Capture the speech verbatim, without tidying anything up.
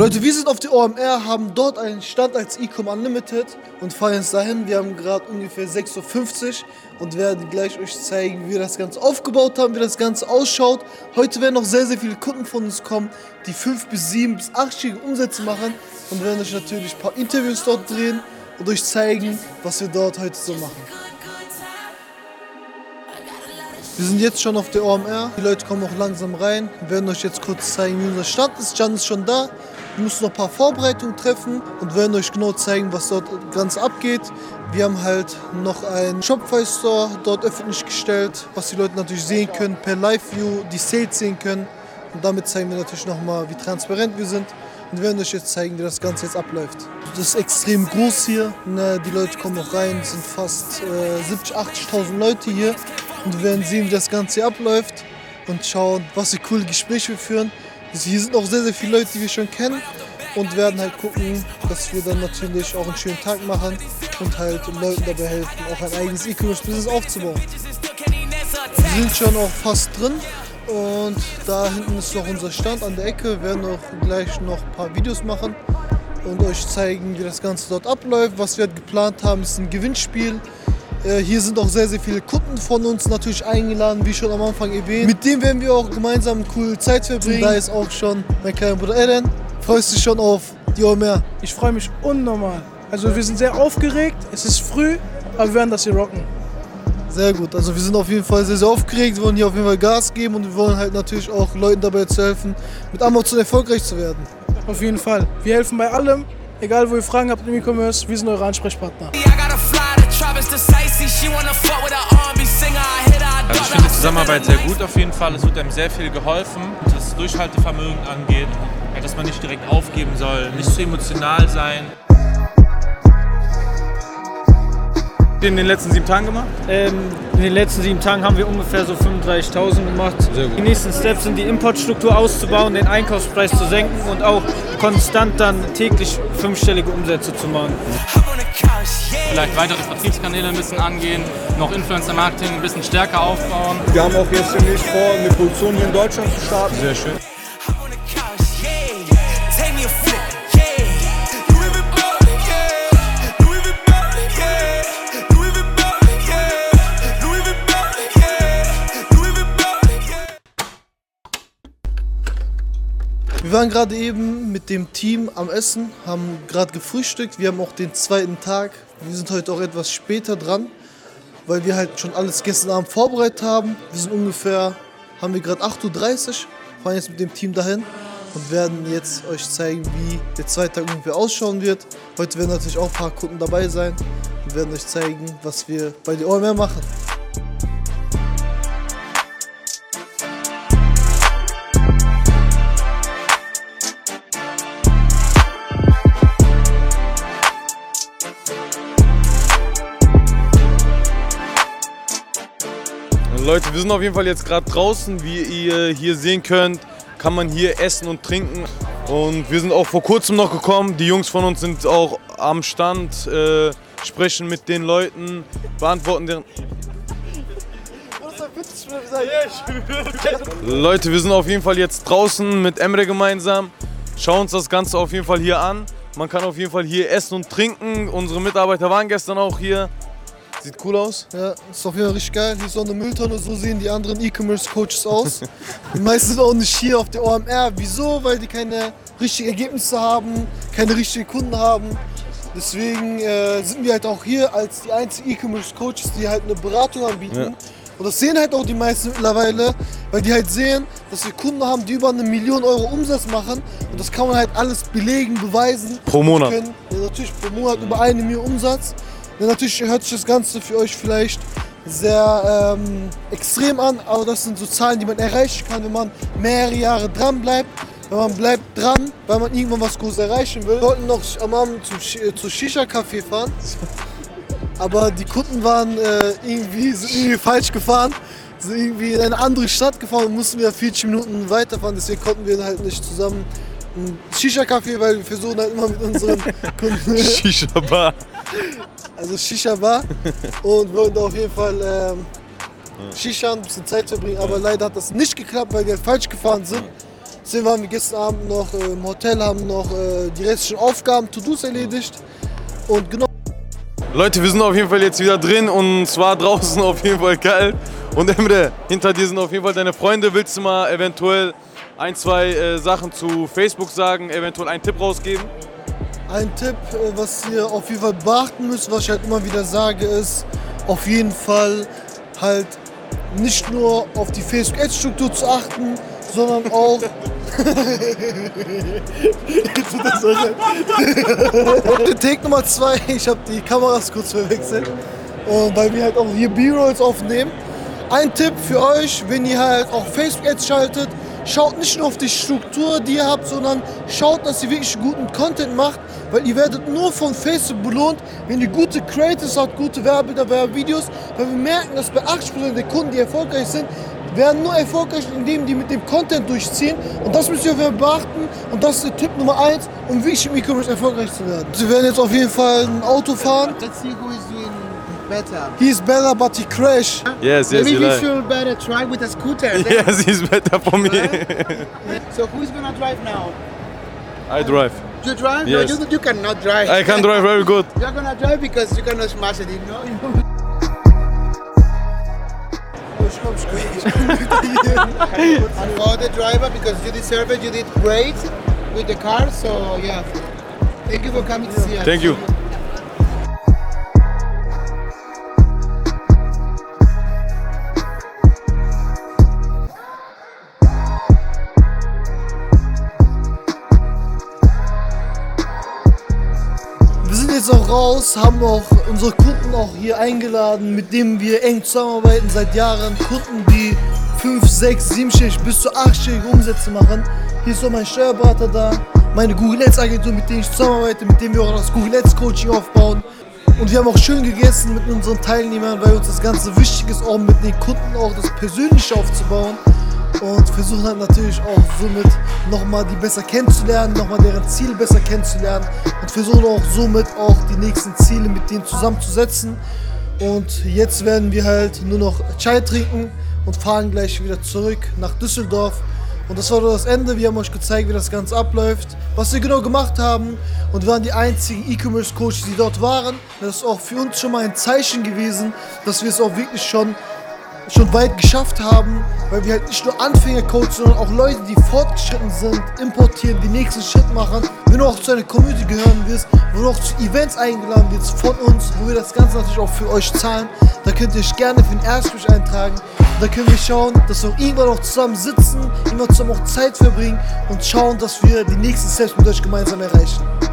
Leute, wir sind auf der O M R, haben dort einen Stand als Ecom Unlimited und fahren jetzt dahin. Wir haben gerade ungefähr sechs Uhr fünfzig und werden gleich euch zeigen, wie wir das Ganze aufgebaut haben, wie das Ganze ausschaut. Heute werden noch sehr, sehr viele Kunden von uns kommen, die fünf bis sieben bis achtstellige Umsätze machen und werden euch natürlich ein paar Interviews dort drehen und euch zeigen, was wir dort heute so machen. Wir sind jetzt schon auf der O M R, die Leute kommen auch langsam rein. Wir werden euch jetzt kurz zeigen, wie unser Stand ist. Stand ist schon da. Wir müssen noch ein paar Vorbereitungen treffen und werden euch genau zeigen, was dort ganz abgeht. Wir haben halt noch einen Shopify Store dort öffentlich gestellt, was die Leute natürlich sehen können, per Live-View die Sales sehen können. Und damit zeigen wir natürlich nochmal, wie transparent wir sind. Und wir werden euch jetzt zeigen, wie das Ganze jetzt abläuft. Das ist extrem groß hier. Die Leute kommen auch rein, es sind fast äh, siebzigtausend, achtzigtausend Leute hier. Und wir werden sehen, wie das Ganze hier abläuft und schauen, was für coole Gespräche wir führen. Hier sind auch sehr, sehr viele Leute, die wir schon kennen und werden halt gucken, dass wir dann natürlich auch einen schönen Tag machen und halt den Leuten dabei helfen, auch ein eigenes E-Commerce-Business aufzubauen. Wir sind schon auch fast drin und da hinten ist noch unser Stand an der Ecke. Wir werden auch gleich noch ein paar Videos machen und euch zeigen, wie das Ganze dort abläuft. Was wir halt geplant haben, ist ein Gewinnspiel. Hier sind auch sehr, sehr viele Kunden von uns natürlich eingeladen, wie schon am Anfang erwähnt. Mit dem werden wir auch gemeinsam eine coole Zeit verbringen. Da ist auch schon mein kleiner Bruder Eren. Freust du dich schon auf die O M R? Ich freue mich unnormal. Also wir sind sehr aufgeregt, es ist früh, aber wir werden das hier rocken. Sehr gut, also wir sind auf jeden Fall sehr, sehr aufgeregt, wir wollen hier auf jeden Fall Gas geben und wir wollen halt natürlich auch Leuten dabei zu helfen, mit Amazon erfolgreich zu werden. Auf jeden Fall. Wir helfen bei allem, egal wo ihr Fragen habt im E-Commerce, wir sind eure Ansprechpartner. Also ich finde die Zusammenarbeit sehr gut auf jeden Fall. Es wird einem sehr viel geholfen, was das Durchhaltevermögen angeht, dass man nicht direkt aufgeben soll, nicht zu emotional sein. In den letzten sieben Tagen gemacht? Ähm, in den letzten sieben Tagen haben wir ungefähr so fünfunddreißigtausend gemacht. Sehr gut. Die nächsten Steps sind, die Importstruktur auszubauen, den Einkaufspreis zu senken und auch konstant dann täglich fünfstellige Umsätze zu machen. Vielleicht weitere Vertriebskanäle ein bisschen angehen, noch Influencer-Marketing ein bisschen stärker aufbauen. Wir haben auch jetzt demnächst vor, eine Produktion hier in Deutschland zu starten. Sehr schön. Wir waren gerade eben mit dem Team am Essen, haben gerade gefrühstückt. Wir haben auch den zweiten Tag. Wir sind heute auch etwas später dran, weil wir halt schon alles gestern Abend vorbereitet haben. Wir sind ungefähr, haben wir gerade acht Uhr dreißig, fahren jetzt mit dem Team dahin und werden jetzt euch zeigen, wie der zweite Tag ungefähr ausschauen wird. Heute werden natürlich auch ein paar Kunden dabei sein und werden euch zeigen, was wir bei der O M R machen. Leute, wir sind auf jeden Fall jetzt gerade draußen. Wie ihr hier sehen könnt, kann man hier essen und trinken. Und wir sind auch vor kurzem noch gekommen. Die Jungs von uns sind auch am Stand, äh, sprechen mit den Leuten, beantworten deren... Leute, wir sind auf jeden Fall jetzt draußen mit Emre gemeinsam. Schauen uns das Ganze auf jeden Fall hier an. Man kann auf jeden Fall hier essen und trinken. Unsere Mitarbeiter waren gestern auch hier. Sieht cool aus. Ja, ist auf jeden Fall richtig geil. Hier ist auch eine Mülltonne, so sehen die anderen E-Commerce-Coaches aus. Die meisten sind auch nicht hier auf der O M R. Wieso? Weil die keine richtigen Ergebnisse haben, keine richtigen Kunden haben. Deswegen äh, sind wir halt auch hier als die einzigen E-Commerce-Coaches, die halt eine Beratung anbieten. Ja. Und das sehen halt auch die meisten mittlerweile, weil die halt sehen, dass wir Kunden haben, die über eine Million Euro Umsatz machen. Und das kann man halt alles belegen, beweisen. Pro Monat. Können, ja, natürlich pro Monat über eine Million Umsatz. Ja, natürlich hört sich das Ganze für euch vielleicht sehr ähm, extrem an, aber das sind so Zahlen, die man erreichen kann, wenn man mehrere Jahre dran bleibt. Wenn man bleibt dran, weil man irgendwann was Großes erreichen will. Wir wollten noch am Abend zum zu Shisha-Café fahren, aber die Kunden waren äh, irgendwie, sind irgendwie falsch gefahren, sind irgendwie in eine andere Stadt gefahren und mussten wir vierzig Minuten weiterfahren, deswegen konnten wir halt nicht zusammen ein Shisha-Café, weil wir versuchen halt immer mit unseren Kunden... Shisha-Bar. Also Shisha-Bar und wollten auf jeden Fall ähm, Shisha ein bisschen Zeit verbringen, aber leider hat das nicht geklappt, weil die halt falsch gefahren sind. Deswegen waren wir gestern Abend noch äh, im Hotel, haben noch äh, die restlichen Aufgaben, To-Dos erledigt. Und genau. Leute, wir sind auf jeden Fall jetzt wieder drin und zwar draußen auf jeden Fall kalt. Und Emre, hinter dir sind auf jeden Fall deine Freunde. Willst du mal eventuell ein, zwei äh, Sachen zu Facebook sagen, eventuell einen Tipp rausgeben? Ein Tipp, äh, was ihr auf jeden Fall beachten müsst, was ich halt immer wieder sage, ist auf jeden Fall halt nicht nur auf die Facebook-Ad-Struktur zu achten, sondern auch Take Nummer zwei, ich habe die Kameras kurz verwechselt, und weil wir halt auch hier B-Rolls aufnehmen. Ein Tipp für euch, wenn ihr halt auch Facebook-Ads schaltet, schaut nicht nur auf die Struktur, die ihr habt, sondern schaut, dass ihr wirklich guten Content macht, weil ihr werdet nur von Facebook belohnt, wenn ihr gute Creators habt, gute Werbebilder, Werbevideos, weil wir merken, dass bei achtzig Prozent der Kunden, die erfolgreich sind, werden nur erfolgreich, indem die mit dem Content durchziehen, und das müsst ihr auf jeden Fall beachten, und das ist der Tipp Nummer eins, um wirklich im E-Commerce erfolgreich zu werden. Sie werden jetzt auf jeden Fall ein Auto fahren. Let's see who is doing better. He's better, but he crash. Yes, yes, Maybe you we like. should better try with a scooter. then. Yes, he's better for me. So who's gonna drive now? I drive. You drive? Yes. No, you, you cannot drive. I can drive very good. You're gonna drive because you're gonna smash it, you know? And for the driver, because you deserve it, you did great with the car, so yeah. Thank you for coming to see us. Thank you. Wir sind jetzt auch raus, haben auch unsere Kunden auch hier eingeladen, mit denen wir eng zusammenarbeiten seit Jahren. Kunden, die fünf, sechs, siebenstellig bis zu achtstellige Umsätze machen. Hier ist auch mein Steuerberater da, meine Google Ads Agentur, mit denen ich zusammenarbeite, mit denen wir auch das Google Ads Coaching aufbauen. Und wir haben auch schön gegessen mit unseren Teilnehmern, weil uns das Ganze wichtig ist, auch mit den Kunden auch das Persönliche aufzubauen. Und versuchen halt natürlich auch somit nochmal die besser kennenzulernen, nochmal deren Ziele besser kennenzulernen, und versuchen auch somit auch die nächsten Ziele mit denen zusammenzusetzen. Und jetzt werden wir halt nur noch Chai trinken und fahren gleich wieder zurück nach Düsseldorf. Und das war doch das Ende. Wir haben euch gezeigt, wie das Ganze abläuft, was wir genau gemacht haben, und wir waren die einzigen E-Commerce-Coaches, die dort waren. Das ist auch für uns schon mal ein Zeichen gewesen, dass wir es auch wirklich schon schon weit geschafft haben, weil wir halt nicht nur Anfänger coachen, sondern auch Leute, die fortgeschritten sind, importieren, die nächsten Schritt machen. Wenn du auch zu einer Community gehören wirst, wo du auch zu Events eingeladen wirst von uns, wo wir das Ganze natürlich auch für euch zahlen, da könnt ihr euch gerne für den Erstgespräch eintragen. Und da können wir schauen, dass wir auch irgendwann auch zusammen sitzen, irgendwann zusammen auch Zeit verbringen und schauen, dass wir die nächsten Steps mit euch gemeinsam erreichen.